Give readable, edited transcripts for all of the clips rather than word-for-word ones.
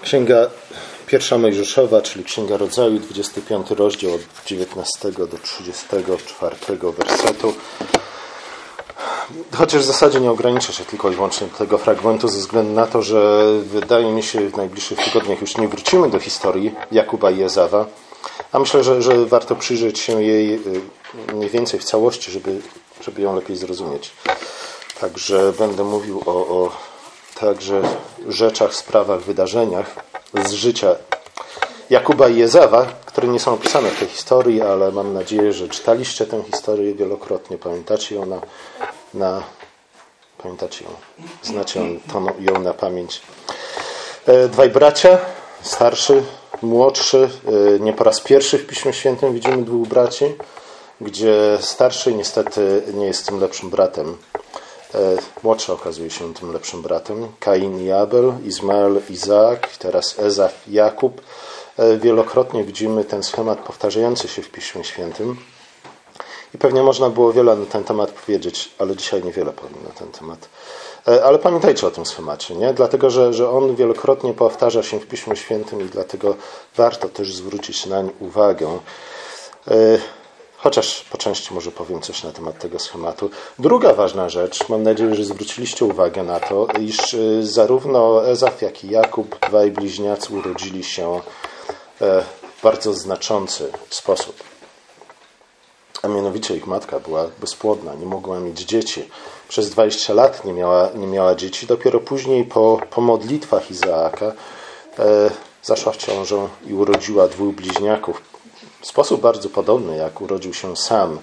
Księga pierwsza Mojżeszowa, czyli Księga Rodzaju, 25 rozdział od 19 do 34 wersetu. Chociaż w zasadzie nie ograniczę się tylko i wyłącznie do tego fragmentu ze względu na to, że wydaje mi się w najbliższych tygodniach już nie wrócimy do historii Jakuba i Ezawa, a myślę, że warto przyjrzeć się jej mniej więcej w całości, żeby ją lepiej zrozumieć. Także będę mówił o także rzeczach, sprawach, wydarzeniach z życia Jakuba i Ezawa, które nie są opisane w tej historii, ale mam nadzieję, że czytaliście tę historię wielokrotnie, pamiętacie ją pamiętacie ją, znacie ją na pamięć. Dwaj bracia, starszy, młodszy, nie po raz pierwszy w Piśmie Świętym widzimy dwóch braci, gdzie starszy niestety nie jest tym lepszym bratem. Młodszy okazuje się tym lepszym bratem. Kain i Abel, Izmael, Izaak, teraz Ezaf, Jakub. Wielokrotnie widzimy ten schemat powtarzający się w Piśmie Świętym. I pewnie można było wiele na ten temat powiedzieć, ale dzisiaj niewiele powiem na ten temat. Ale pamiętajcie o tym schemacie, nie? Dlatego, że on wielokrotnie powtarza się w Piśmie Świętym i dlatego warto też zwrócić nań uwagę. Chociaż po części może powiem coś na temat tego schematu. Druga ważna rzecz, mam nadzieję, że zwróciliście uwagę na to, iż zarówno Ezaf, jak i Jakub, dwaj bliźniacy, urodzili się w bardzo znaczący sposób. A mianowicie ich matka była bezpłodna, nie mogła mieć dzieci. Przez 20 lat nie miała dzieci. Dopiero później po modlitwach Izaaka zaszła w ciążę i urodziła dwóch bliźniaków. W sposób bardzo podobny, jak urodził się sam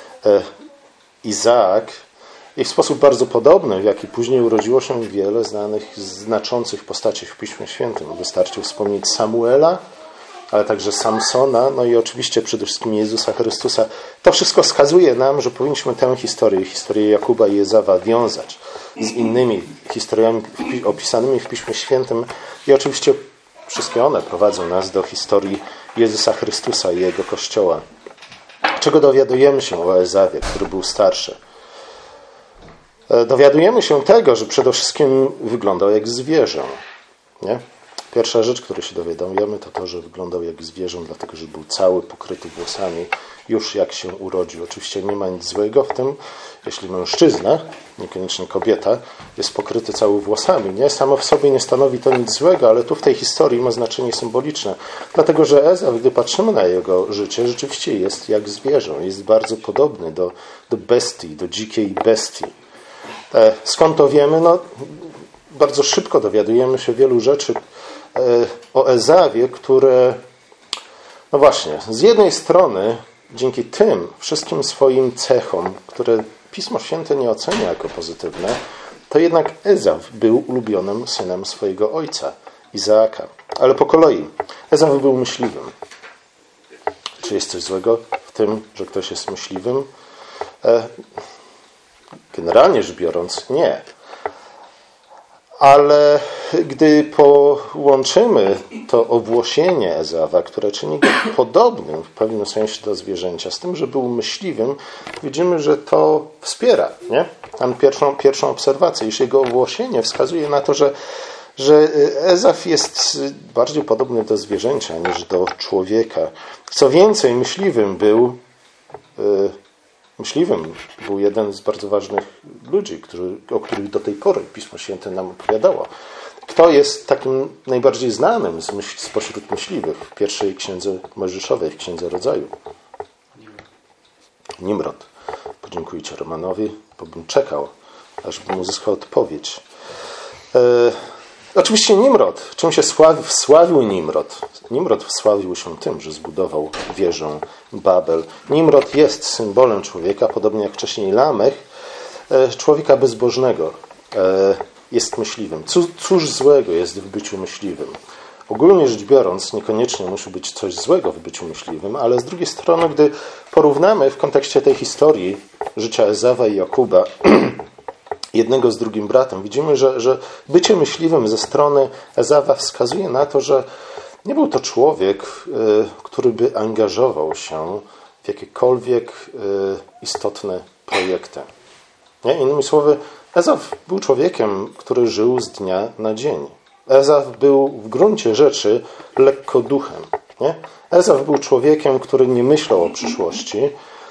Izaak i w sposób bardzo podobny, w jaki później urodziło się wiele znaczących postaci w Piśmie Świętym. Wystarczy wspomnieć Samuela, ale także Samsona, no i oczywiście przede wszystkim Jezusa Chrystusa. To wszystko wskazuje nam, że powinniśmy tę historię Jakuba i Ezawa wiązać z innymi historiami opisanymi w Piśmie Świętym i oczywiście wszystkie one prowadzą nas do historii Jezusa Chrystusa i Jego Kościoła. Czego dowiadujemy się o Ezawie, który był starszy? Dowiadujemy się tego, że przede wszystkim wyglądał jak zwierzę. Nie? Pierwsza rzecz, której się dowiadujemy, to to, że wyglądał jak zwierzę, dlatego że był cały pokryty włosami już jak się urodził. Oczywiście nie ma nic złego w tym, jeśli mężczyzna, niekoniecznie kobieta, jest pokryty cały włosami. Nie? Samo w sobie nie stanowi to nic złego, ale tu w tej historii ma znaczenie symboliczne. Dlatego, że Ezaf, gdy patrzymy na jego życie, rzeczywiście jest jak zwierzę. Jest bardzo podobny do bestii, do dzikiej bestii. Skąd to wiemy? No, bardzo szybko dowiadujemy się wielu rzeczy o Ezawie, które, no właśnie, z jednej strony dzięki tym wszystkim swoim cechom, które Pismo Święte nie ocenia jako pozytywne, to jednak Ezaf był ulubionym synem swojego ojca, Izaaka. Ale po kolei. Ezaf był myśliwym. Czy jest coś złego w tym, że ktoś jest myśliwym? Generalnie rzecz biorąc, nie. Ale gdy połączymy to owłosienie Ezawa, które czyni go podobnym w pewnym sensie do zwierzęcia, z tym, że był myśliwym, widzimy, że to wspiera. Nie? Tam pierwszą obserwację, iż jego owłosienie wskazuje na to, że Ezaf jest bardziej podobny do zwierzęcia niż do człowieka. Co więcej, myśliwym był jeden z bardzo ważnych ludzi, o których do tej pory Pismo Święte nam opowiadało. Kto jest takim najbardziej znanym spośród myśliwych w pierwszej księdze Mojżeszowej, w Księdze Rodzaju? Nimrod. Podziękujcie Romanowi, bo bym czekał, aż bym uzyskał odpowiedź. Oczywiście Nimrod. Czym się wsławił Nimrod? Nimrod wsławił się tym, że zbudował wieżę Babel. Nimrod jest symbolem człowieka, podobnie jak wcześniej Lamech, człowieka bezbożnego. Jest myśliwym. Cóż złego jest w byciu myśliwym? Ogólnie rzecz biorąc, niekoniecznie musi być coś złego w byciu myśliwym, ale z drugiej strony, gdy porównamy w kontekście tej historii życia Ezawa i Jakuba, jednego z drugim bratem, widzimy, że bycie myśliwym ze strony Ezawa wskazuje na to, że nie był to człowiek, który by angażował się w jakiekolwiek istotne projekty. Nie? Innymi słowy, Ezaf był człowiekiem, który żył z dnia na dzień. Ezaf był w gruncie rzeczy lekkoduchem. Nie? Ezaf był człowiekiem, który nie myślał o przyszłości.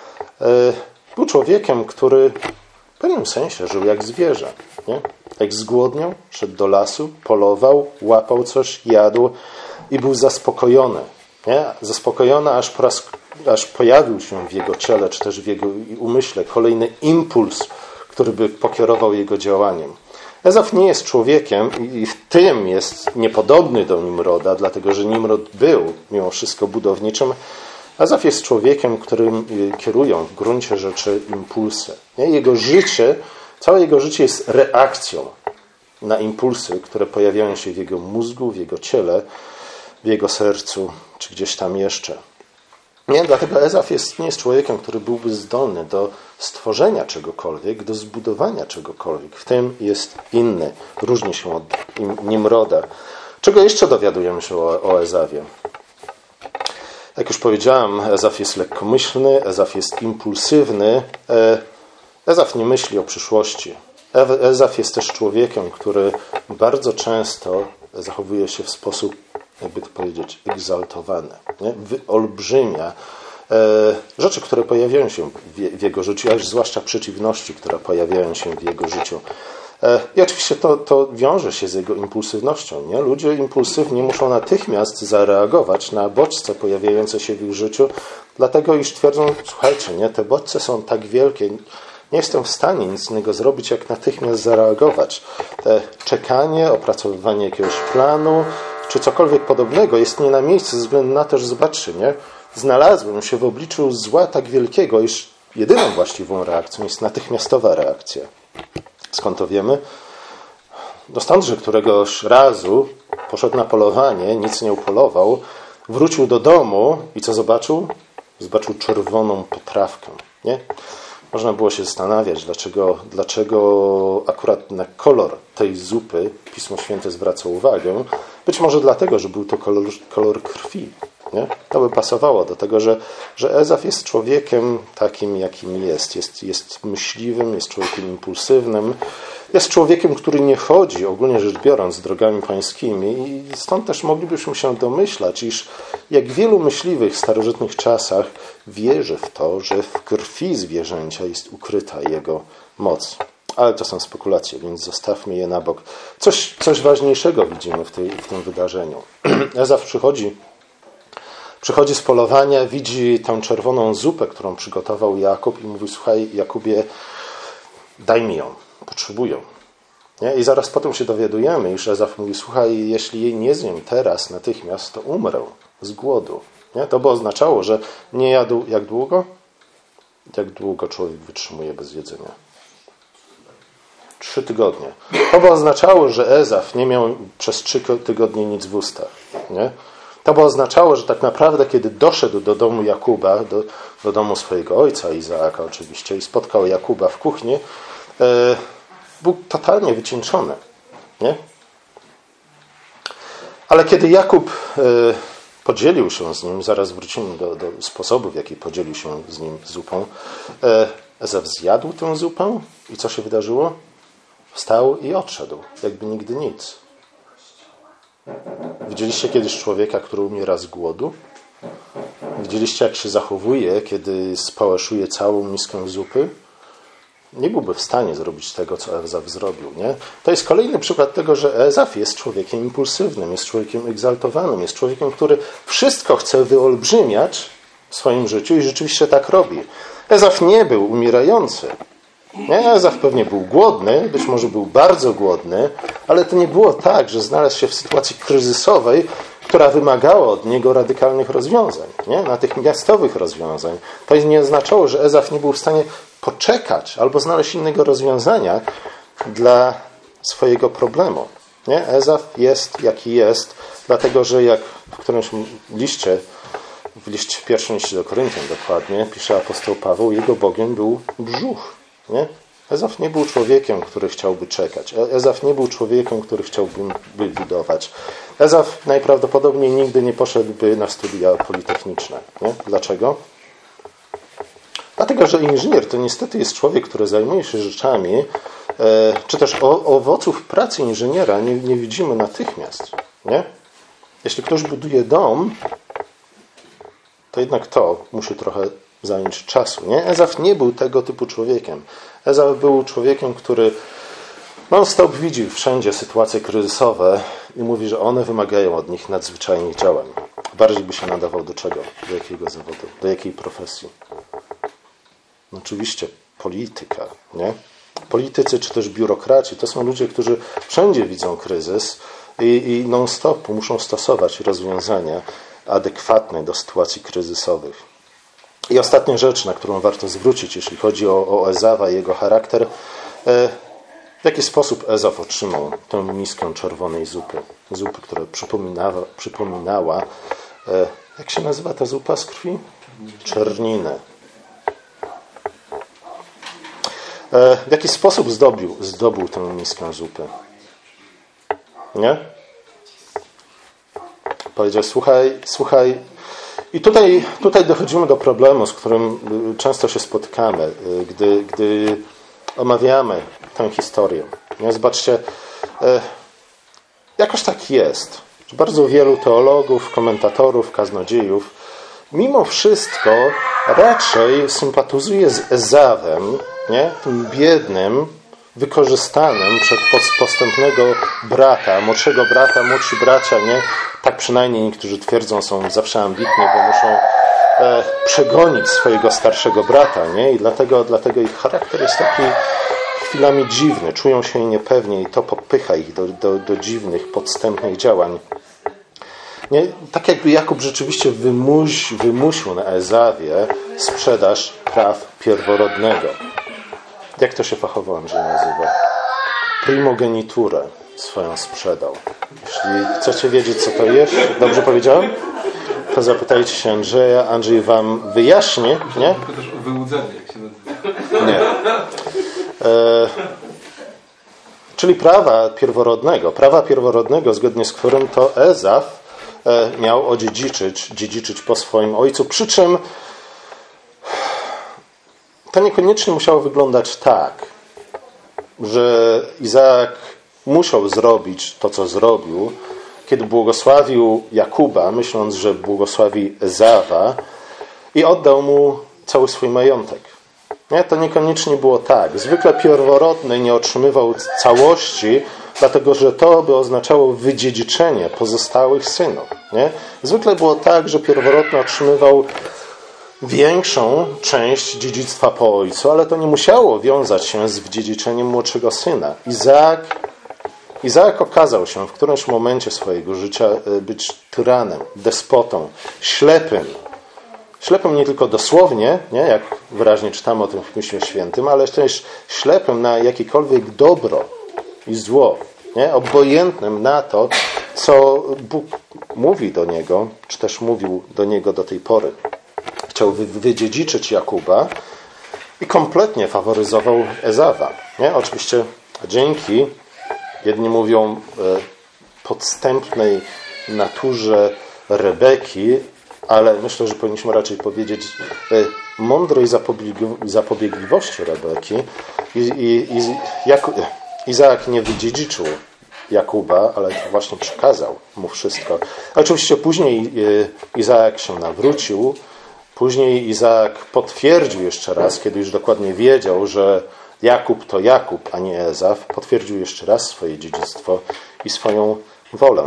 Był człowiekiem, który w pewnym sensie żył jak zwierzę. Nie? Jak zgłodniał, szedł do lasu, polował, łapał coś, jadł i był zaspokojony. Nie? Zaspokojony, aż pojawił się w jego ciele, czy też w jego umyśle kolejny impuls, który by pokierował jego działaniem. Ezaf nie jest człowiekiem i w tym jest niepodobny do Nimroda, dlatego że Nimrod był mimo wszystko budowniczym. Ezaf jest człowiekiem, którym kierują w gruncie rzeczy impulsy. Nie? Jego życie, całe jego życie jest reakcją na impulsy, które pojawiają się w jego mózgu, w jego ciele, w jego sercu, czy gdzieś tam jeszcze. Nie? Dlatego Ezaf nie jest człowiekiem, który byłby zdolny do stworzenia czegokolwiek, do zbudowania czegokolwiek. W tym jest inny. Różni się od Nimroda. Czego jeszcze dowiadujemy się o Ezafie? Jak już powiedziałem, Ezaf jest lekkomyślny, Ezaf jest impulsywny. Ezaf nie myśli o przyszłości. Ezaf jest też człowiekiem, który bardzo często zachowuje się w sposób, jakby to powiedzieć, egzaltowany. Nie? Wyolbrzymia rzeczy, które pojawiają się w jego życiu, a zwłaszcza przeciwności, które pojawiają się w jego życiu. I oczywiście to wiąże się z jego impulsywnością. Nie? Ludzie impulsywni muszą natychmiast zareagować na bodźce pojawiające się w ich życiu, dlatego iż twierdzą, słuchajcie, nie, te bodźce są tak wielkie, nie jestem w stanie nic innego zrobić, jak natychmiast zareagować. Czekanie, opracowywanie jakiegoś planu, czy cokolwiek podobnego jest nie na miejscu ze względu na to, że zobaczcie, nie? Znalazłem się w obliczu zła tak wielkiego, iż jedyną właściwą reakcją jest natychmiastowa reakcja. Skąd to wiemy? No stąd, że któregoś razu poszedł na polowanie, nic nie upolował, wrócił do domu i co zobaczył? Zobaczył czerwoną potrawkę. Nie? Można było się zastanawiać, dlaczego akurat na kolor tej zupy Pismo Święte zwraca uwagę. Być może dlatego, że był to kolor krwi. Nie? To by pasowało do tego, że Ezaf jest człowiekiem takim, jakim jest myśliwym, jest człowiekiem impulsywnym, jest człowiekiem, który nie chodzi, ogólnie rzecz biorąc, drogami pańskimi i stąd też moglibyśmy się domyślać, iż jak wielu myśliwych w starożytnych czasach wierzy w to, że w krwi zwierzęcia jest ukryta jego moc. Ale to są spekulacje, więc zostawmy je na bok. Coś ważniejszego widzimy w tym wydarzeniu. Ezaf przychodzi z polowania, widzi tę czerwoną zupę, którą przygotował Jakub i mówi, słuchaj, Jakubie, daj mi ją, potrzebuję. Nie? I zaraz potem się dowiadujemy, iż Ezaf mówi, słuchaj, jeśli jej nie zjem teraz, natychmiast, to umrę z głodu. Nie? To by oznaczało, że nie jadł jak długo? Jak długo człowiek wytrzymuje bez jedzenia? 3 tygodnie. To by oznaczało, że Ezaf nie miał przez 3 tygodnie nic w ustach. Nie? To by oznaczało, że tak naprawdę, kiedy doszedł do domu Jakuba, do domu swojego ojca, Izaaka oczywiście, i spotkał Jakuba w kuchni, był totalnie wycieńczony. Nie? Ale kiedy Jakub podzielił się z nim, zaraz wrócimy do sposobu, w jaki podzielił się z nim zupą, Ezaf zjadł tę zupę i co się wydarzyło? Wstał i odszedł, jakby nigdy nic. Widzieliście kiedyś człowieka, który umiera z głodu? Widzieliście, jak się zachowuje, kiedy spałaszuje całą miskę zupy? Nie byłby w stanie zrobić tego, co Ezaf zrobił. Nie? To jest kolejny przykład tego, że Ezaf jest człowiekiem impulsywnym, jest człowiekiem egzaltowanym, jest człowiekiem, który wszystko chce wyolbrzymiać w swoim życiu i rzeczywiście tak robi. Ezaf nie był umierający. Nie? Ezaf pewnie był głodny, być może był bardzo głodny, ale to nie było tak, że znalazł się w sytuacji kryzysowej, która wymagała od niego radykalnych rozwiązań, nie? Natychmiastowych rozwiązań. To nie oznaczało, że Ezaf nie był w stanie poczekać albo znaleźć innego rozwiązania dla swojego problemu. Nie? Ezaf jest, jaki jest, dlatego, że jak w którymś liście, w pierwszym liście do Koryntian dokładnie, pisze apostoł Paweł, jego Bogiem był brzuch. Nie? Ezaf nie był człowiekiem, który chciałby czekać. Ezaf nie był człowiekiem, który chciałby budować. Ezaf najprawdopodobniej nigdy nie poszedłby na studia politechniczne. Nie? Dlaczego? Dlatego, że inżynier to niestety jest człowiek, który zajmuje się rzeczami, czy też owoców pracy inżyniera nie widzimy natychmiast. Nie? Jeśli ktoś buduje dom, to jednak to musi trochę zająć czasu. Nie? Ezaf nie był tego typu człowiekiem. Ezaf był człowiekiem, który non-stop widzi wszędzie sytuacje kryzysowe i mówi, że one wymagają od nich nadzwyczajnych działań. Bardziej by się nadawał do czego? Do jakiego zawodu? Do jakiej profesji? No oczywiście polityka. Nie? Politycy czy też biurokraci to są ludzie, którzy wszędzie widzą kryzys i non-stop muszą stosować rozwiązania adekwatne do sytuacji kryzysowych. I ostatnia rzecz, na którą warto zwrócić, jeśli chodzi o Ezawa i jego charakter, w jaki sposób Ezaf otrzymał tę miskę czerwonej zupy? Zupy, która przypominała jak się nazywa ta zupa z krwi? Czerninę. W jaki sposób zdobył tę miskę zupy? Nie? Powiedział, słuchaj. I tutaj dochodzimy do problemu, z którym często się spotykamy, gdy omawiamy tę historię. Nie? Zobaczcie, jakoś tak jest, że bardzo wielu teologów, komentatorów, kaznodziejów mimo wszystko raczej sympatyzuje z Ezawem, nie? Tym biednym, wykorzystanym przez podstępnego brata, młodszego brata, młodsi bracia, nie? Tak przynajmniej niektórzy twierdzą, są zawsze ambitni, bo muszą przegonić swojego starszego brata, nie? I dlatego ich charakter jest taki chwilami dziwny, czują się niepewnie i to popycha ich do dziwnych, podstępnych działań. Nie? Tak jakby Jakub rzeczywiście wymusił na Ezawie sprzedaż praw pierworodnego. Jak to się fachowo, Andrzej, nazywa? Primogeniturę swoją sprzedał. Jeśli chcecie wiedzieć, co to jest, dobrze powiedziałem? To zapytajcie się Andrzeja. Andrzej wam wyjaśni, nie? Pytasz o wyłudzenie, jak się nazywa. Nie. Czyli prawa pierworodnego, zgodnie z którym to Ezaf miał dziedziczyć po swoim ojcu. Przy czym to niekoniecznie musiało wyglądać tak, że Izaak musiał zrobić to, co zrobił, kiedy błogosławił Jakuba, myśląc, że błogosławi Ezawa i oddał mu cały swój majątek. Nie? To niekoniecznie było tak. Zwykle pierworodny nie otrzymywał całości, dlatego że to by oznaczało wydziedziczenie pozostałych synów. Nie? Zwykle było tak, że pierworodny otrzymywał większą część dziedzictwa po ojcu, ale to nie musiało wiązać się z wydziedziczeniem młodszego syna. Izaak okazał się w którymś momencie swojego życia być tyranem, despotą, ślepym. Ślepym nie tylko dosłownie, nie, jak wyraźnie czytamy o tym w Piśmie Świętym, ale też ślepym na jakiekolwiek dobro i zło. Nie? Obojętnym na to, co Bóg mówi do niego, czy też mówił do niego do tej pory. Chciał wydziedziczyć Jakuba i kompletnie faworyzował Ezawa. Nie? Oczywiście dzięki, jedni mówią, podstępnej naturze Rebeki, ale myślę, że powinniśmy raczej powiedzieć mądrej zapobiegliwości Rebeki. Izaak nie wydziedziczył Jakuba, ale to właśnie przekazał mu wszystko. Oczywiście później Izaak się nawrócił, później Izaak potwierdził jeszcze raz, kiedy już dokładnie wiedział, że Jakub to Jakub, a nie Ezaf, potwierdził jeszcze raz swoje dziedzictwo i swoją wolę.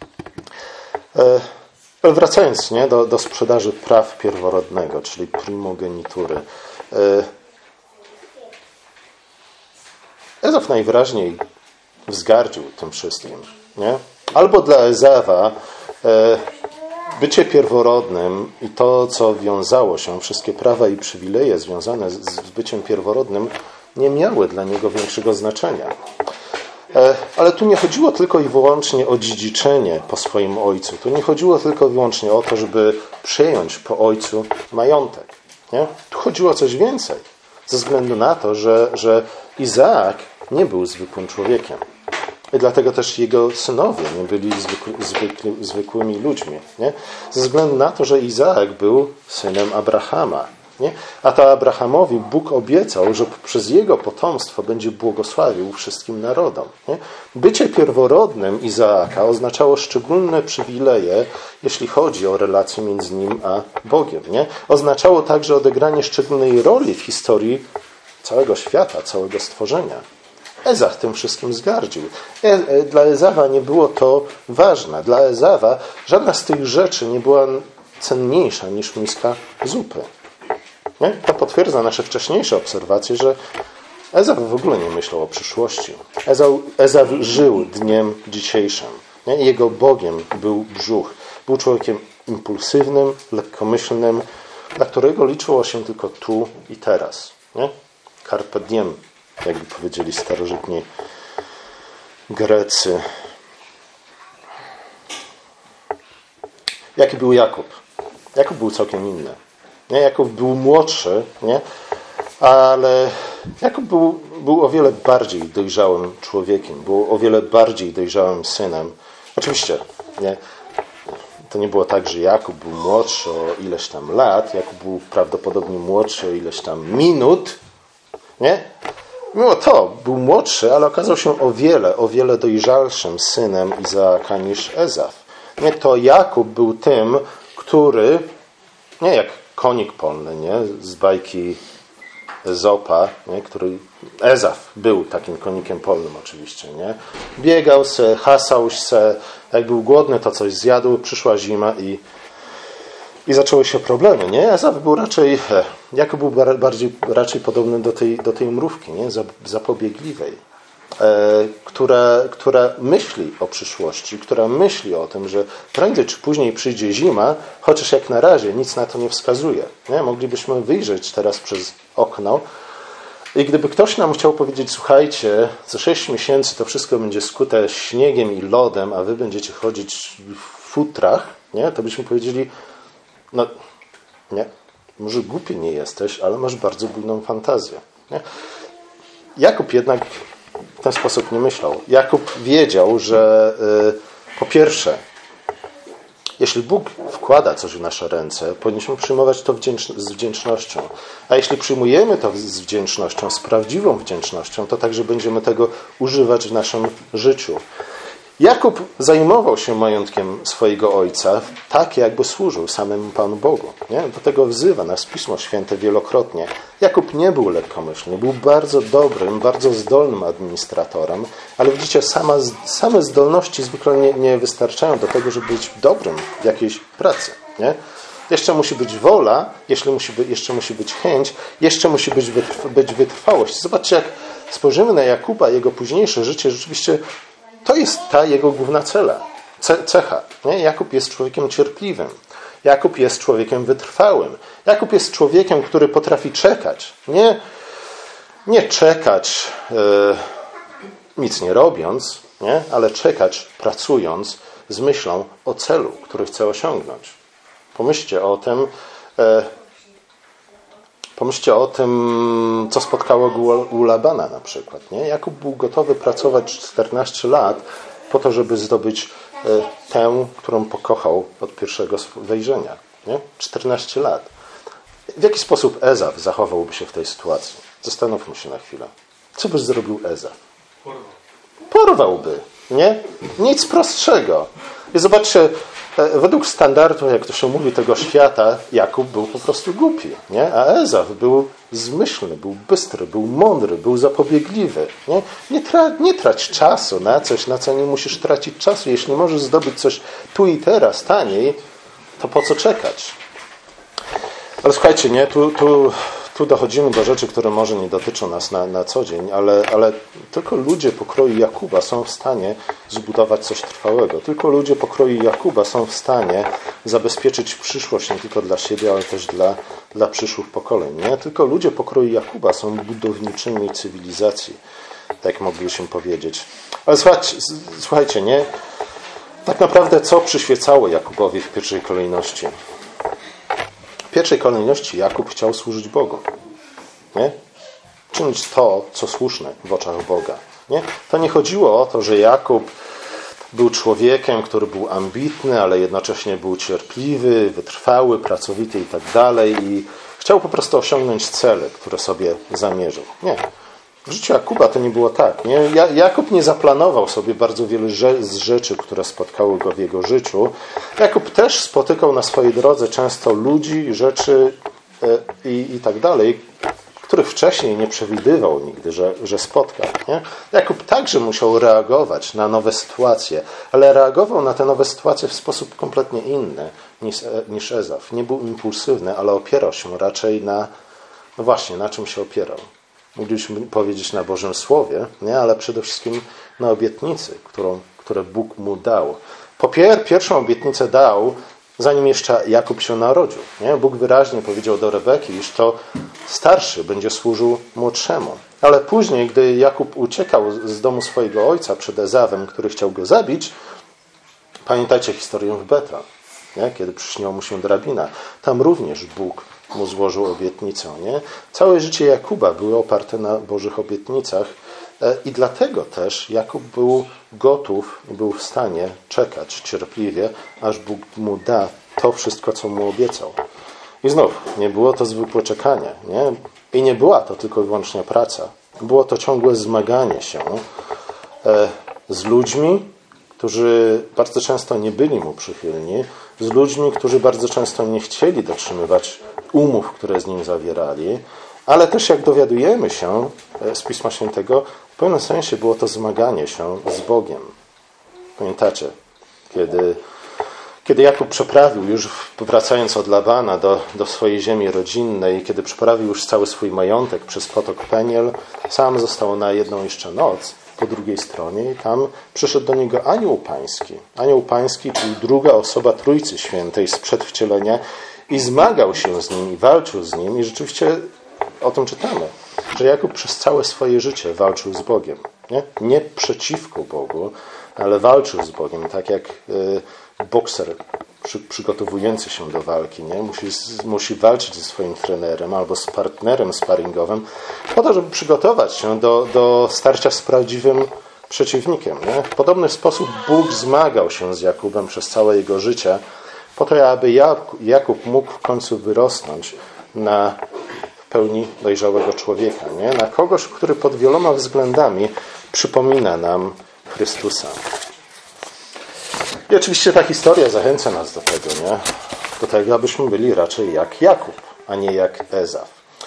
Ale wracając do sprzedaży praw pierworodnego, czyli primogenitury. Ezaf najwyraźniej wzgardził tym wszystkim. Nie? Albo dla Ezawa bycie pierworodnym i to, co wiązało się, wszystkie prawa i przywileje związane z byciem pierworodnym, nie miały dla niego większego znaczenia. Ale tu nie chodziło tylko i wyłącznie o dziedziczenie po swoim ojcu. Tu nie chodziło tylko i wyłącznie o to, żeby przejąć po ojcu majątek. Nie? Tu chodziło o coś więcej. Ze względu na to, że Izaak nie był zwykłym człowiekiem. I dlatego też jego synowie nie byli zwykłymi ludźmi. Nie? Ze względu na to, że Izaak był synem Abrahama. Nie? A to Abrahamowi Bóg obiecał, że przez jego potomstwo będzie błogosławił wszystkim narodom. Nie? Bycie pierworodnym Izaaka oznaczało szczególne przywileje, jeśli chodzi o relacje między nim a Bogiem. Nie? Oznaczało także odegranie szczególnej roli w historii całego świata, całego stworzenia. Ezaf tym wszystkim zgardził. Dla Ezawa nie było to ważne. Dla Ezawa żadna z tych rzeczy nie była cenniejsza niż miska zupy. Nie? To potwierdza nasze wcześniejsze obserwacje, że Ezaf w ogóle nie myślał o przyszłości. Ezaf żył dniem dzisiejszym. Nie? Jego Bogiem był brzuch. Był człowiekiem impulsywnym, lekkomyślnym, dla którego liczyło się tylko tu i teraz. Nie? Carpe diem, jakby powiedzieli starożytni Grecy. Jaki był Jakub? Jakub był całkiem inny. Nie? Jakub był młodszy, nie? Ale Jakub był o wiele bardziej dojrzałym człowiekiem. Był o wiele bardziej dojrzałym synem. Oczywiście, nie? To nie było tak, że Jakub był młodszy o ileś tam lat. Jakub był prawdopodobnie młodszy o ileś tam minut. Nie? Mimo to był młodszy, ale okazał się o wiele dojrzalszym synem Izaaka niż Ezaf. Nie? To Jakub był tym, który, nie jak konik polny, nie? Z bajki Ezopa, nie? Który Ezaf był takim konikiem polnym oczywiście. Nie? Biegał se, hasał se, jak był głodny, to coś zjadł, przyszła zima i zaczęły się problemy. Nie? Ezaf był Jakub był raczej podobny do tej mrówki, nie? Zapobiegliwej, która myśli o przyszłości, która myśli o tym, że prędzej czy później przyjdzie zima, chociaż jak na razie nic na to nie wskazuje. Nie? Moglibyśmy wyjrzeć teraz przez okno i gdyby ktoś nam chciał powiedzieć, słuchajcie, za 6 miesięcy to wszystko będzie skute śniegiem i lodem, a wy będziecie chodzić w futrach, nie? To byśmy powiedzieli, no nie, może głupi nie jesteś, ale masz bardzo bujną fantazję. Nie? Jakub jednak w ten sposób nie myślał. Jakub wiedział, że po pierwsze, jeśli Bóg wkłada coś w nasze ręce, powinniśmy przyjmować to z wdzięcznością. A jeśli przyjmujemy to z wdzięcznością, z prawdziwą wdzięcznością, to także będziemy tego używać w naszym życiu. Jakub zajmował się majątkiem swojego ojca, tak jakby służył samemu Panu Bogu. Nie? Do tego wzywa nas Pismo Święte wielokrotnie. Jakub nie był lekkomyślny, był bardzo dobrym, bardzo zdolnym administratorem, ale widzicie, same zdolności zwykle nie wystarczają do tego, żeby być dobrym w jakiejś pracy. Nie? Jeszcze musi być wola, jeszcze musi być chęć, jeszcze musi być wytrwałość. Zobaczcie, jak spojrzymy na Jakuba, jego późniejsze życie, rzeczywiście to jest ta jego główna cecha. Nie? Jakub jest człowiekiem cierpliwym. Jakub jest człowiekiem wytrwałym. Jakub jest człowiekiem, który potrafi czekać. Nie czekać nic nie robiąc, nie? Ale czekać pracując z myślą o celu, który chce osiągnąć. Pomyślcie o tym, co spotkało go u Labana na przykład. Nie? Jakub był gotowy pracować 14 lat po to, żeby zdobyć tę, którą pokochał od pierwszego wejrzenia. Nie? 14 lat. W jaki sposób Ezaf zachowałby się w tej sytuacji? Zastanówmy się na chwilę. Co by zrobił Ezaf? Porwałby. Nie? Nic prostszego. I zobaczcie, według standardu, jak to się mówi, tego świata, Jakub był po prostu głupi. Nie? A Ezaf był zmyślny, był bystry, był mądry, był zapobiegliwy. Nie trać czasu na coś, na co nie musisz tracić czasu. Jeśli możesz zdobyć coś tu i teraz taniej, to po co czekać? Ale słuchajcie, nie? Tu dochodzimy do rzeczy, które może nie dotyczą nas na co dzień, ale tylko ludzie pokroju Jakuba są w stanie zbudować coś trwałego. Tylko ludzie pokroju Jakuba są w stanie zabezpieczyć przyszłość nie tylko dla siebie, ale też dla przyszłych pokoleń. Nie? Tylko ludzie pokroju Jakuba są budowniczymi cywilizacji, tak moglibyśmy powiedzieć. Ale słuchajcie, nie? Tak naprawdę co przyświecało Jakubowi w pierwszej kolejności? W pierwszej kolejności Jakub chciał służyć Bogu. Nie? Czynić to, co słuszne w oczach Boga. Nie? To nie chodziło o to, że Jakub był człowiekiem, który był ambitny, ale jednocześnie był cierpliwy, wytrwały, pracowity i tak dalej i chciał po prostu osiągnąć cele, które sobie zamierzył. Nie. W życiu Jakuba to nie było tak. Nie? Jakub nie zaplanował sobie bardzo wielu z rzeczy, które spotkały go w jego życiu. Jakub też spotykał na swojej drodze często ludzi, rzeczy i tak dalej, których wcześniej nie przewidywał nigdy, że spotka. Nie? Jakub także musiał reagować na nowe sytuacje, ale reagował na te nowe sytuacje w sposób kompletnie inny niż Ezaf. Nie był impulsywny, ale opierał się raczej na, no właśnie, na czym się opierał. Moglibyśmy powiedzieć na Bożym Słowie, nie? Ale przede wszystkim na obietnicy, które Bóg mu dał. Pierwszą obietnicę dał, zanim jeszcze Jakub się narodził. Nie? Bóg wyraźnie powiedział do Rebeki, iż to starszy będzie służył młodszemu. Ale później, gdy Jakub uciekał z domu swojego ojca przed Ezawem, który chciał go zabić, pamiętajcie historię w Betel, nie? Kiedy przyśniła mu się drabina. Tam również Bóg mu złożył obietnicę. Nie? Całe życie Jakuba było oparte na Bożych obietnicach i dlatego też Jakub był gotów i był w stanie czekać cierpliwie, aż Bóg mu da to wszystko, co mu obiecał. I znów, nie było to zwykłe czekanie. Nie? I nie była to tylko i wyłącznie praca. Było to ciągłe zmaganie się z ludźmi, którzy bardzo często nie byli mu przychylni, z ludźmi, którzy bardzo często nie chcieli dotrzymywać umów, które z nim zawierali, ale też jak dowiadujemy się z Pisma Świętego, w pewnym sensie było to zmaganie się z Bogiem. Pamiętacie, kiedy Jakub przeprawił już, wracając od Labana do swojej ziemi rodzinnej, kiedy przeprawił już cały swój majątek przez potok Peniel, sam został na jedną jeszcze noc po drugiej stronie i tam przyszedł do niego anioł pański. Anioł pański, czyli druga osoba Trójcy Świętej sprzed wcielenia i zmagał się z nim i walczył z nim i rzeczywiście o tym czytamy, że Jakub przez całe swoje życie walczył z Bogiem. Nie przeciwko Bogu, ale walczył z Bogiem, tak jak bokser przygotowujący się do walki. Nie? Musi walczyć ze swoim trenerem albo z partnerem sparingowym po to, żeby przygotować się do starcia z prawdziwym przeciwnikiem. Nie? W podobny sposób Bóg zmagał się z Jakubem przez całe jego życie po to, aby Jakub mógł w końcu wyrosnąć na pełni dojrzałego człowieka. Nie? Na kogoś, który pod wieloma względami przypomina nam Chrystusa. I oczywiście ta historia zachęca nas do tego, nie? Do tego, abyśmy byli raczej jak Jakub, a nie jak Ezaf.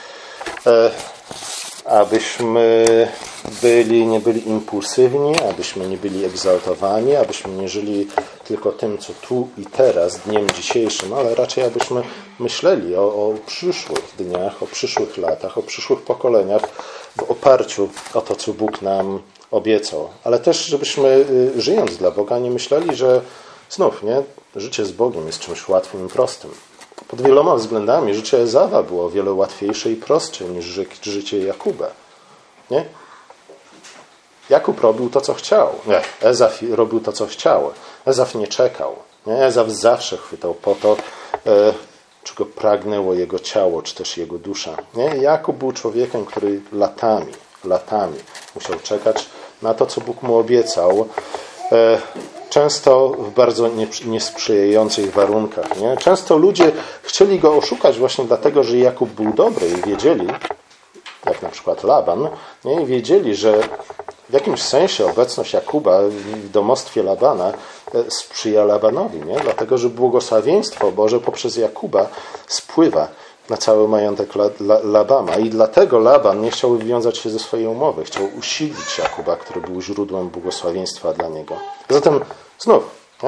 Abyśmy nie byli impulsywni, abyśmy nie byli egzaltowani, abyśmy nie żyli tylko tym, co tu i teraz, dniem dzisiejszym, ale raczej abyśmy myśleli o przyszłych dniach, o przyszłych latach, o przyszłych pokoleniach w oparciu o to, co Bóg nam obiecał. Ale też, żebyśmy żyjąc dla Boga nie myśleli, że znów, nie, życie z Bogiem jest czymś łatwym i prostym. Pod wieloma względami życie Ezawa było o wiele łatwiejsze i prostsze niż życie Jakuba. Nie? Jakub robił to, co chciał. Nie, Ezaf robił to, co chciał. Ezaf nie czekał. Nie? Ezaf zawsze chwytał po to, czego pragnęło jego ciało, czy też jego dusza. Nie? Jakub był człowiekiem, który latami musiał czekać na to, co Bóg mu obiecał. Często w bardzo niesprzyjających warunkach. Nie? Często ludzie chcieli go oszukać właśnie dlatego, że Jakub był dobry i wiedzieli, jak na przykład Laban, nie? I wiedzieli, że w jakimś sensie obecność Jakuba w domostwie Labana sprzyja Labanowi, nie? Dlatego, że błogosławieństwo Boże poprzez Jakuba spływa na cały majątek Labana i dlatego Laban nie chciał wywiązać się ze swojej umowy. Chciał usilić Jakuba, który był źródłem błogosławieństwa dla niego. Zatem znów, nie?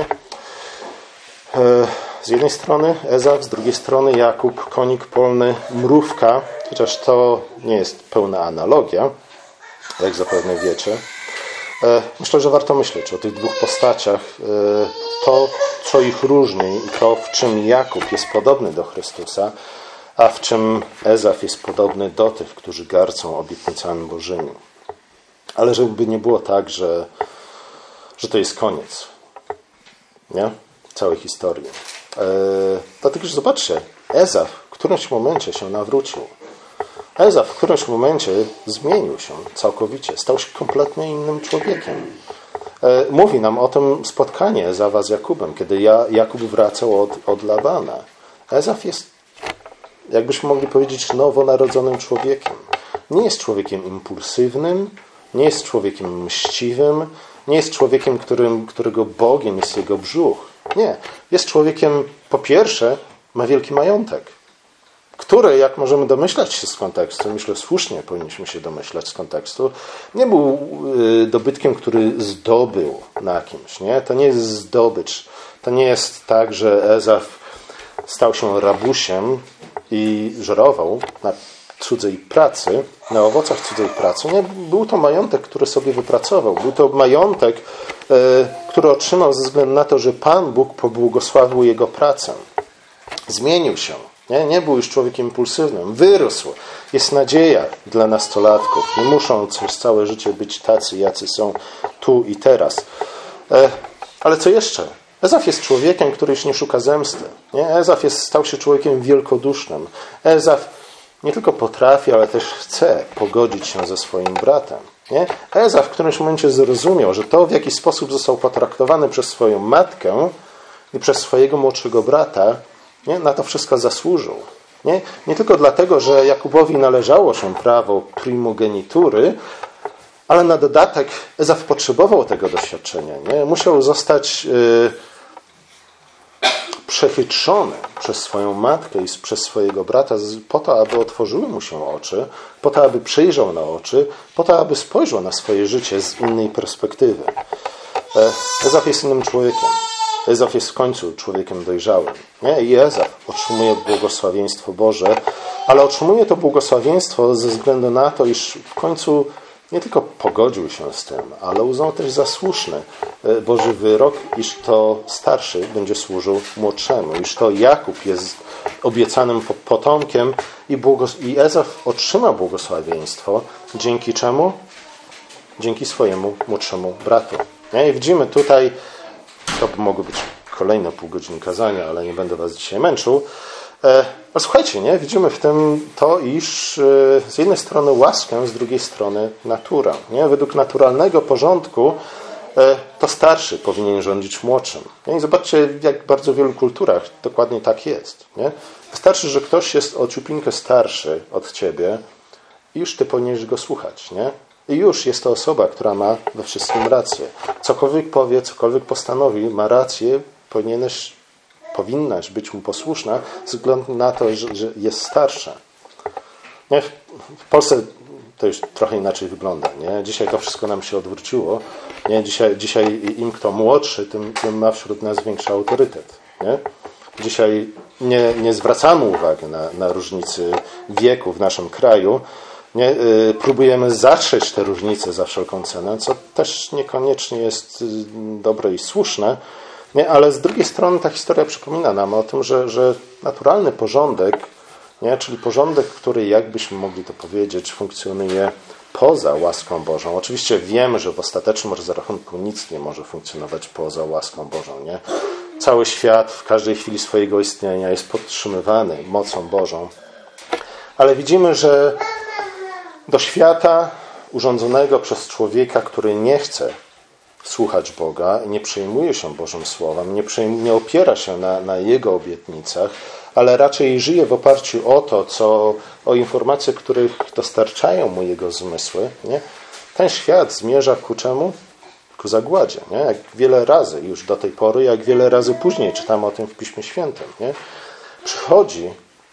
Z jednej strony Ezaf, z drugiej strony Jakub, konik polny, mrówka, chociaż to nie jest pełna analogia, jak zapewne wiecie. Myślę, że warto myśleć o tych dwóch postaciach. To, co ich różni i to, w czym Jakub jest podobny do Chrystusa, a w czym Ezaf jest podobny do tych, którzy gardzą obietnicami Bożymi. Ale żeby nie było tak, że to jest koniec, nie? Całej historii. Dlatego, że zobaczcie, Ezaf w którymś momencie się nawrócił. Ezaf w którymś momencie zmienił się całkowicie. Stał się kompletnie innym człowiekiem. Mówi nam o tym spotkanie Ezawa z Jakubem, kiedy Jakub wracał od Labana. Ezaf jest, jakbyśmy mogli powiedzieć, nowonarodzonym człowiekiem. Nie jest człowiekiem impulsywnym, nie jest człowiekiem mściwym, nie jest człowiekiem, którego Bogiem jest jego brzuch. Nie. Jest człowiekiem, po pierwsze, ma wielki majątek, który, jak możemy domyślać się z kontekstu, myślę słusznie powinniśmy się domyślać z kontekstu, nie był dobytkiem, który zdobył na kimś. Nie? To nie jest zdobycz. To nie jest tak, że Ezaf stał się rabusiem i żerował na cudzej pracy, na owocach cudzej pracy. Nie, był to majątek, który sobie wypracował. Był to majątek, który otrzymał ze względu na to, że Pan Bóg pobłogosławił jego pracę. Zmienił się. Nie był już człowiekiem impulsywnym. Wyrósł. Jest nadzieja dla nastolatków. Nie muszą przez całe życie być tacy, jacy są tu i teraz. Ale co jeszcze? Ezaf jest człowiekiem, który już nie szuka zemsty. Nie? Ezaf stał się człowiekiem wielkodusznym. Ezaf nie tylko potrafi, ale też chce pogodzić się ze swoim bratem. Nie? Ezaf w którymś momencie zrozumiał, że to, w jaki sposób został potraktowany przez swoją matkę i przez swojego młodszego brata, nie? Na to wszystko zasłużył. Nie tylko dlatego, że Jakubowi należało się prawo primogenitury, ale na dodatek Ezaf potrzebował tego doświadczenia. Nie? Musiał zostać przechytrzony przez swoją matkę i przez swojego brata po to, aby otworzyły mu się oczy, po to, aby przyjrzał na oczy, po to, aby spojrzał na swoje życie z innej perspektywy. Ezaf jest innym człowiekiem. Ezaf jest w końcu człowiekiem dojrzałym. Nie? I Ezaf otrzymuje błogosławieństwo Boże, ale otrzymuje to błogosławieństwo ze względu na to, iż w końcu nie tylko pogodził się z tym, ale uznał też za słuszny Boży wyrok, iż to starszy będzie służył młodszemu, iż to Jakub jest obiecanym potomkiem i Ezaf otrzyma błogosławieństwo. Dzięki czemu? Dzięki swojemu młodszemu bratu. I widzimy tutaj, to mogło być kolejne pół godziny kazania, ale nie będę was dzisiaj męczył. No słuchajcie, nie? Widzimy w tym to, iż z jednej strony łaskę, z drugiej strony naturę. Nie? Według naturalnego porządku to starszy powinien rządzić młodszym. Nie? I zobaczcie, jak bardzo w wielu kulturach dokładnie tak jest. Nie? Wystarczy, że ktoś jest o ciupinkę starszy od ciebie i już ty powinieneś go słuchać. Nie? I już jest to osoba, która ma we wszystkim rację. Cokolwiek powie, cokolwiek postanowi, ma rację, powinnaś być mu posłuszna ze względu na to, że jest starsza. Nie? W Polsce to już trochę inaczej wygląda. Nie? Dzisiaj to wszystko nam się odwróciło. Nie? Dzisiaj im kto młodszy, tym ma wśród nas większy autorytet. Nie? Dzisiaj nie zwracamy uwagi na różnicy wieku w naszym kraju. Nie? Próbujemy zatrzeć te różnice za wszelką cenę, co też niekoniecznie jest dobre i słuszne. Nie? Ale z drugiej strony ta historia przypomina nam o tym, że naturalny porządek, nie? Czyli porządek, który, jakbyśmy mogli to powiedzieć, funkcjonuje poza łaską Bożą. Oczywiście wiemy, że w ostatecznym rozrachunku nic nie może funkcjonować poza łaską Bożą. Nie? Cały świat w każdej chwili swojego istnienia jest podtrzymywany mocą Bożą. Ale widzimy, że do świata urządzonego przez człowieka, który nie chce słuchać Boga, nie przejmuje się Bożym Słowem, nie opiera się na Jego obietnicach, ale raczej żyje w oparciu o informacje, których dostarczają mu Jego zmysły. Nie? Ten świat zmierza ku czemu? Ku zagładzie. Nie? Jak wiele razy już do tej pory, jak wiele razy później czytamy o tym w Piśmie Świętym. Nie? Przychodzi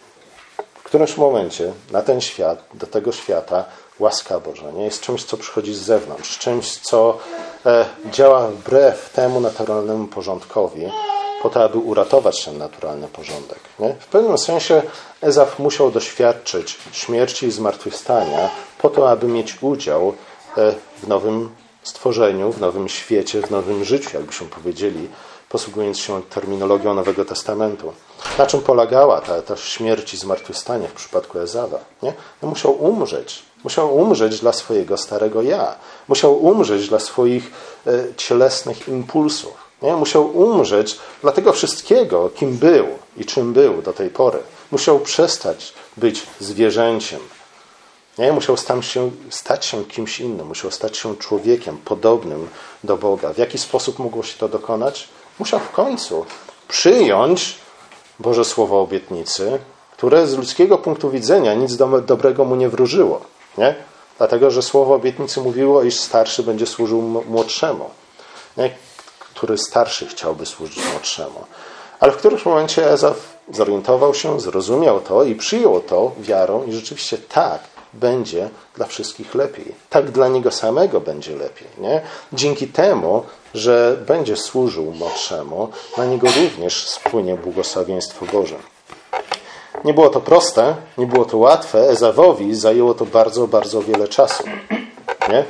w którymś momencie na ten świat, do tego świata łaska Boża. Nie jest czymś, co przychodzi z zewnątrz, czymś, co działa wbrew temu naturalnemu porządkowi, po to, aby uratować ten naturalny porządek. Nie? W pewnym sensie Ezaf musiał doświadczyć śmierci i zmartwychwstania po to, aby mieć udział w nowym stworzeniu, w nowym świecie, w nowym życiu, jakbyśmy powiedzieli, posługując się terminologią Nowego Testamentu. Na czym polegała ta śmierć i zmartwychwstanie w przypadku Ezawa? Nie? No musiał umrzeć. Musiał umrzeć dla swojego starego ja. Musiał umrzeć dla swoich cielesnych impulsów. Nie? Musiał umrzeć dla tego wszystkiego, kim był i czym był do tej pory. Musiał przestać być zwierzęciem. Nie? Musiał stać się kimś innym, musiał stać się człowiekiem podobnym do Boga. W jaki sposób mogło się to dokonać? Musiał w końcu przyjąć Boże Słowo obietnicy, które z ludzkiego punktu widzenia nic dobrego mu nie wróżyło. Nie? Dlatego, że Słowo obietnicy mówiło, iż starszy będzie służył młodszemu. Nie? Który starszy chciałby służyć młodszemu. Ale w którymś momencie Ezaf zorientował się, zrozumiał to i przyjął to wiarą i rzeczywiście tak będzie dla wszystkich lepiej. Tak dla niego samego będzie lepiej. Nie? Dzięki temu, że będzie służył młodszemu, na niego również spłynie błogosławieństwo Boże. Nie było to proste, nie było to łatwe. Ezawowi zajęło to bardzo, bardzo wiele czasu. Nie?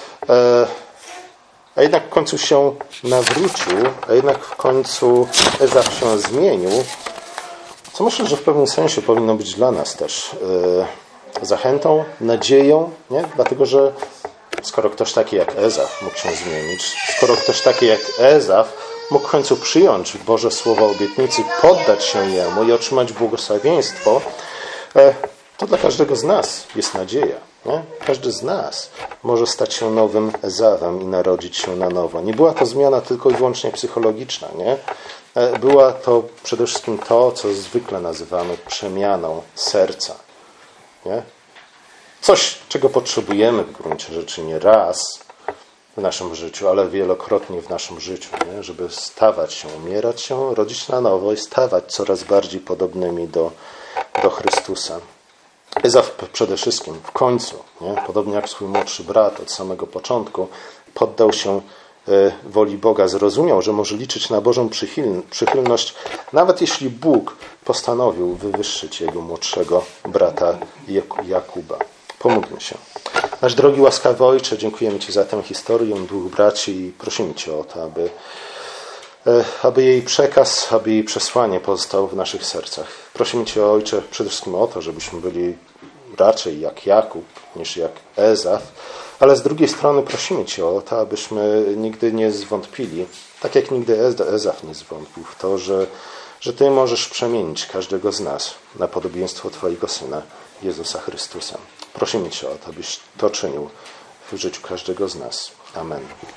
A jednak w końcu się nawrócił, a jednak w końcu Ezaf się zmienił, co myślę, że w pewnym sensie powinno być dla nas też zachętą, nadzieją, nie? Dlatego, że skoro ktoś taki jak Ezaf mógł się zmienić, skoro ktoś taki jak Ezaf mógł w końcu przyjąć Boże Słowo obietnicy, poddać się Jemu i otrzymać błogosławieństwo, to dla każdego z nas jest nadzieja. Nie? Każdy z nas może stać się nowym Ezawem i narodzić się na nowo. Nie była to zmiana tylko i wyłącznie psychologiczna. Nie? Była to przede wszystkim to, co zwykle nazywamy przemianą serca. Nie? Coś, czego potrzebujemy w gruncie rzeczy nie raz w naszym życiu, ale wielokrotnie w naszym życiu, nie? Żeby stawać się, umierać się, rodzić na nowo i stawać coraz bardziej podobnymi do Chrystusa. Ezaf przede wszystkim w końcu, nie? Podobnie jak swój młodszy brat od samego początku, poddał się woli Boga, zrozumiał, że może liczyć na Bożą przychylność, nawet jeśli Bóg postanowił wywyższyć jego młodszego brata Jakuba. Pomódlmy się. Nasz drogi łaskawy Ojcze, dziękujemy Ci za tę historię dwóch braci i prosimy Cię o to, aby jej przekaz, aby jej przesłanie pozostało w naszych sercach. Prosimy Cię, Ojcze, przede wszystkim o to, żebyśmy byli raczej jak Jakub niż jak Ezaf, ale z drugiej strony prosimy Cię o to, abyśmy nigdy nie zwątpili, tak jak nigdy Ezaf nie zwątpił w to, że Ty możesz przemienić każdego z nas na podobieństwo Twojego Syna, Jezusa Chrystusa. Prosimy Cię o to, abyś to czynił w życiu każdego z nas. Amen.